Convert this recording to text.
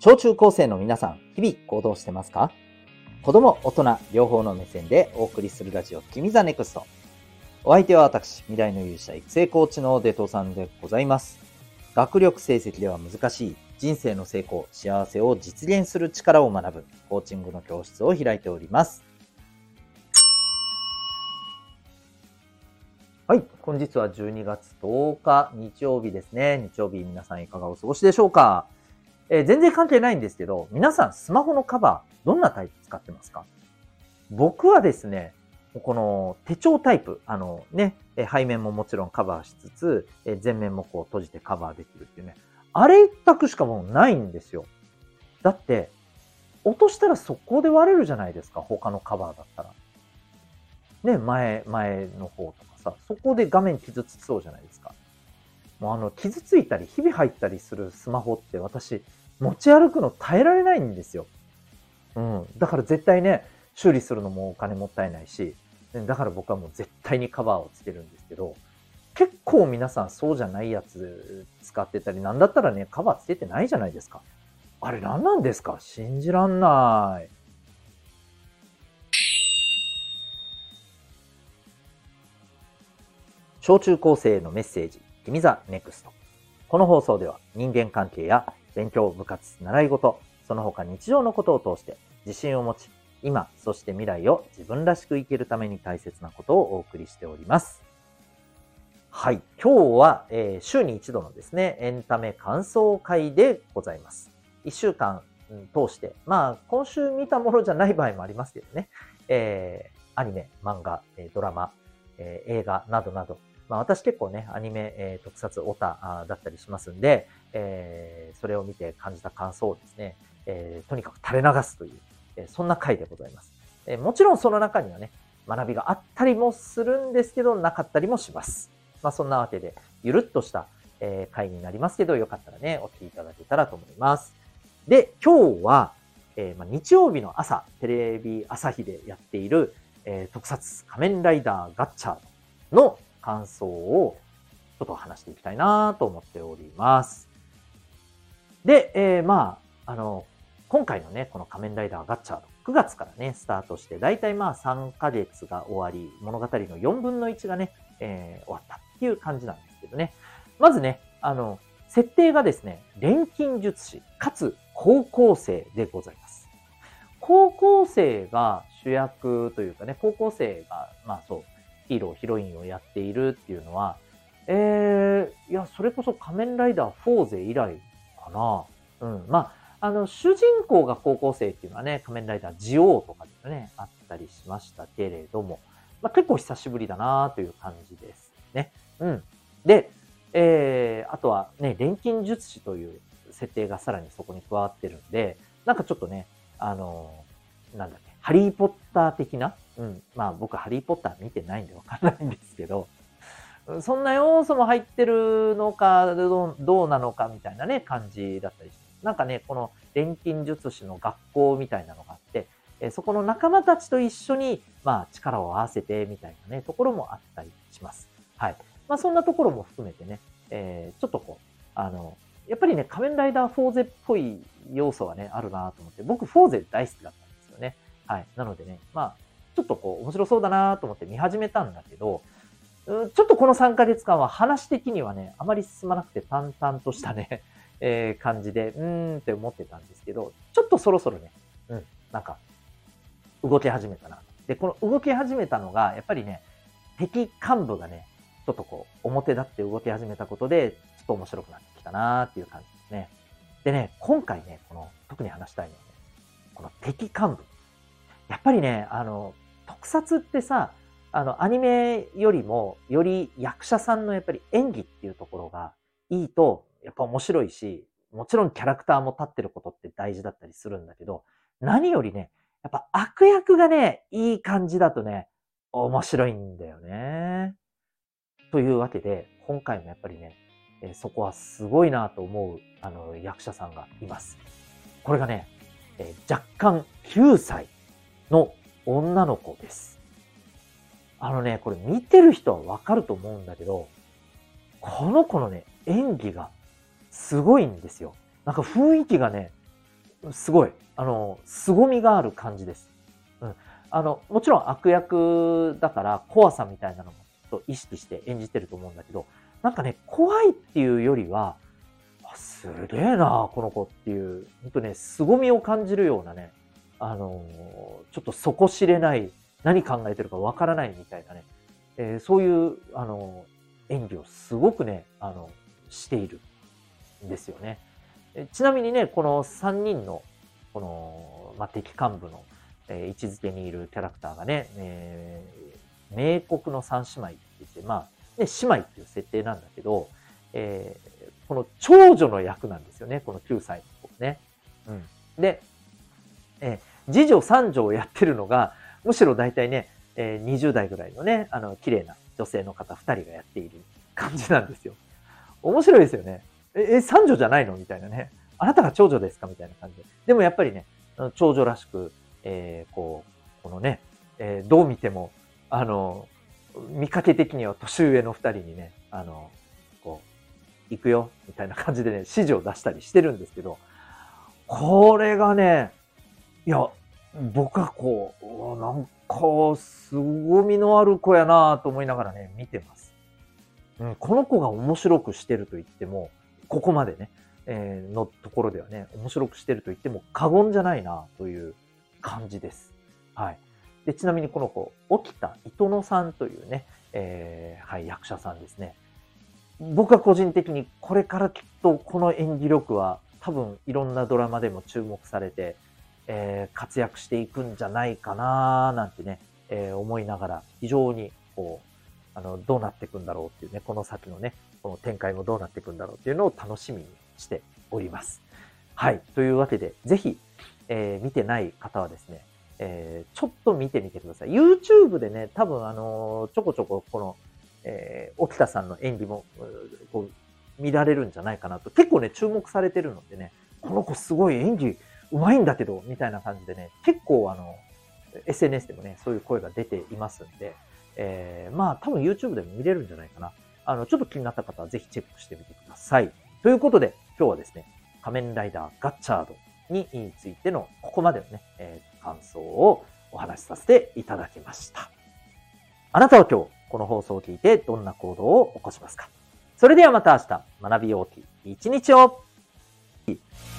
小中高生の皆さん、日々行動してますか？子供、大人、両方の目線でお送りするラジオ、君ザネクスト。お相手は私、未来の勇者育成コーチのデトさんでございます。学力成績では難しい人生の成功、幸せを実現する力を学ぶコーチングの教室を開いております。はい、本日は12月10日日曜日ですね。日曜日皆さんいかがお過ごしでしょうか？全然関係ないんですけど、皆さんスマホのカバー、どんなタイプ使ってますか？僕はですね、この手帳タイプ、背面ももちろんカバーしつつ、前面もこう閉じてカバーできるっていうね、あれ一択しかもうないんですよ。だって、落としたら速攻で割れるじゃないですか、他のカバーだったら。ね、前の方とかさ、そこで画面傷つきそうじゃないですか。もう傷ついたり、ひび入ったりするスマホって私、持ち歩くの耐えられないんですよ。うん。だから絶対ね、修理するのもお金もったいないし、だから僕はもう絶対にカバーをつけるんですけど、結構皆さんそうじゃないやつ使ってたり、なんだったらね、カバーつけてないじゃないですか。あれ何なんですか？信じらんない。小中高生へのメッセージ、君ザネクスト。この放送では人間関係や勉強、部活、習い事、その他日常のことを通して自信を持ち、今、そして未来を自分らしく生きるために大切なことをお送りしております。はい。今日は、週に一度のですね、エンタメ感想会でございます。一週間、通して、今週見たものじゃない場合もありますけどね、アニメ、漫画、ドラマ、映画などなど、私結構ね、アニメ、特撮オタだったりしますんで、それを見て感じた感想をですね、とにかく垂れ流すという、そんな回でございます。もちろんその中にはね、学びがあったりもするんですけど、なかったりもします。そんなわけで、ゆるっとした、回になりますけど、よかったらね、お聞きいただけたらと思います。で、今日は、日曜日の朝、テレビ朝日でやっている、特撮仮面ライダーガッチャーの感想をちょっと話していきたいなと思っております。で、今回のね、この仮面ライダーガッチャード、9月からね、スタートして、だいたい3ヶ月が終わり、物語の4分の1がね、終わったっていう感じなんですけどね。まずね、設定がですね、錬金術師、かつ高校生でございます。高校生が主役というかね、高校生が、ヒーロー、ヒロインをやっているっていうのは、それこそ仮面ライダーフォーゼ以来かな。主人公が高校生っていうのはね、仮面ライダージオウとかでね、あったりしましたけれども、結構久しぶりだなという感じですね。うん。で、あとはね、錬金術師という設定がさらにそこに加わってるんで、なんかちょっとね、ハリーポッター的な、僕ハリーポッター見てないんでわかんないんですけど、そんな要素も入ってるのか、どうなのかみたいなね、感じだったりして。なんかね、この錬金術師の学校みたいなのがあって、そこの仲間たちと一緒に、力を合わせてみたいなね、ところもあったりします。はい。そんなところも含めてね、ちょっとやっぱりね、仮面ライダーフォーゼっぽい要素はね、あるなと思って、僕フォーゼ大好きだったんですよね。はい。なのでね、ちょっと面白そうだなと思って見始めたんだけど、ちょっとこの3ヶ月間は話的にはね、あまり進まなくて淡々としたね、感じで、って思ってたんですけど、ちょっとそろそろね、なんか、動き始めたな。で、この動き始めたのが、やっぱりね、敵幹部がね、ちょっと表立って動き始めたことで、ちょっと面白くなってきたなっていう感じですね。でね、今回ね、特に話したいのはね、この敵幹部。やっぱりね、特撮ってさ、アニメよりも、より役者さんのやっぱり演技っていうところがいいと、やっぱ面白いし、もちろんキャラクターも立ってることって大事だったりするんだけど、何よりね、やっぱ悪役がね、いい感じだとね、面白いんだよね。というわけで、今回もやっぱりね、そこはすごいなと思う、役者さんがいます。これがね、若干9歳の女の子です。これ見てる人はわかると思うんだけど、この子のね、演技がすごいんですよ。なんか雰囲気がね、 すごい、凄みがある感じです。うん。もちろん悪役だから怖さみたいなのもきっと意識して演じてると思うんだけど、なんかね、怖いっていうよりは、すげえな、この子っていう、ほんとね、凄みを感じるようなね、ちょっと底知れない、何考えてるかわからないみたいなね、そういう、演技をすごくね、しているんですよね。ちなみにね、この3人の、この、敵幹部の、位置づけにいるキャラクターがね、冥国の三姉妹って言って、ね、姉妹っていう設定なんだけど、この長女の役なんですよね、この9歳の子ね。うん。で、次女三女をやってるのが、むしろ大体ね、20代ぐらいのね、綺麗な女性の方2人がやっている感じなんですよ。面白いですよね。三女じゃないのみたいなね。あなたが長女ですかみたいな感じで。でもやっぱりね、長女らしく、このね、どう見ても、見かけ的には年上の二人にね、行くよ、みたいな感じでね、指示を出したりしてるんですけど、これがね、いや、僕はなんか、凄みのある子やなと思いながらね、見てます。うん、この子が面白くしてると言っても、ここまでね、のところではね、面白くしてると言っても過言じゃないなという感じです。はい。で、ちなみにこの子、沖田糸野さんというね、はい、役者さんですね。僕は個人的にこれからきっとこの演技力は多分いろんなドラマでも注目されて、活躍していくんじゃないかななんてね、思いながら非常にどうなっていくんだろうっていうね、この先のね、この展開もどうなっていくんだろうっていうのを楽しみにしております。はい。というわけで、ぜひ、見てない方はですね、ちょっと見てみてください。YouTube でね、多分ちょこちょここの、沖田さんの演技も、見られるんじゃないかなと。結構ね、注目されてるのでね、この子すごい演技上手いんだけど、みたいな感じでね、結構SNS でもね、そういう声が出ていますんで、多分 YouTube でも見れるんじゃないかな。ちょっと気になった方はぜひチェックしてみてください。ということで、今日はですね、仮面ライダーガッチャードについてのここまでのね、感想をお話しさせていただきました。あなたは今日この放送を聞いてどんな行動を起こしますか？それではまた明日、学びようき一日を。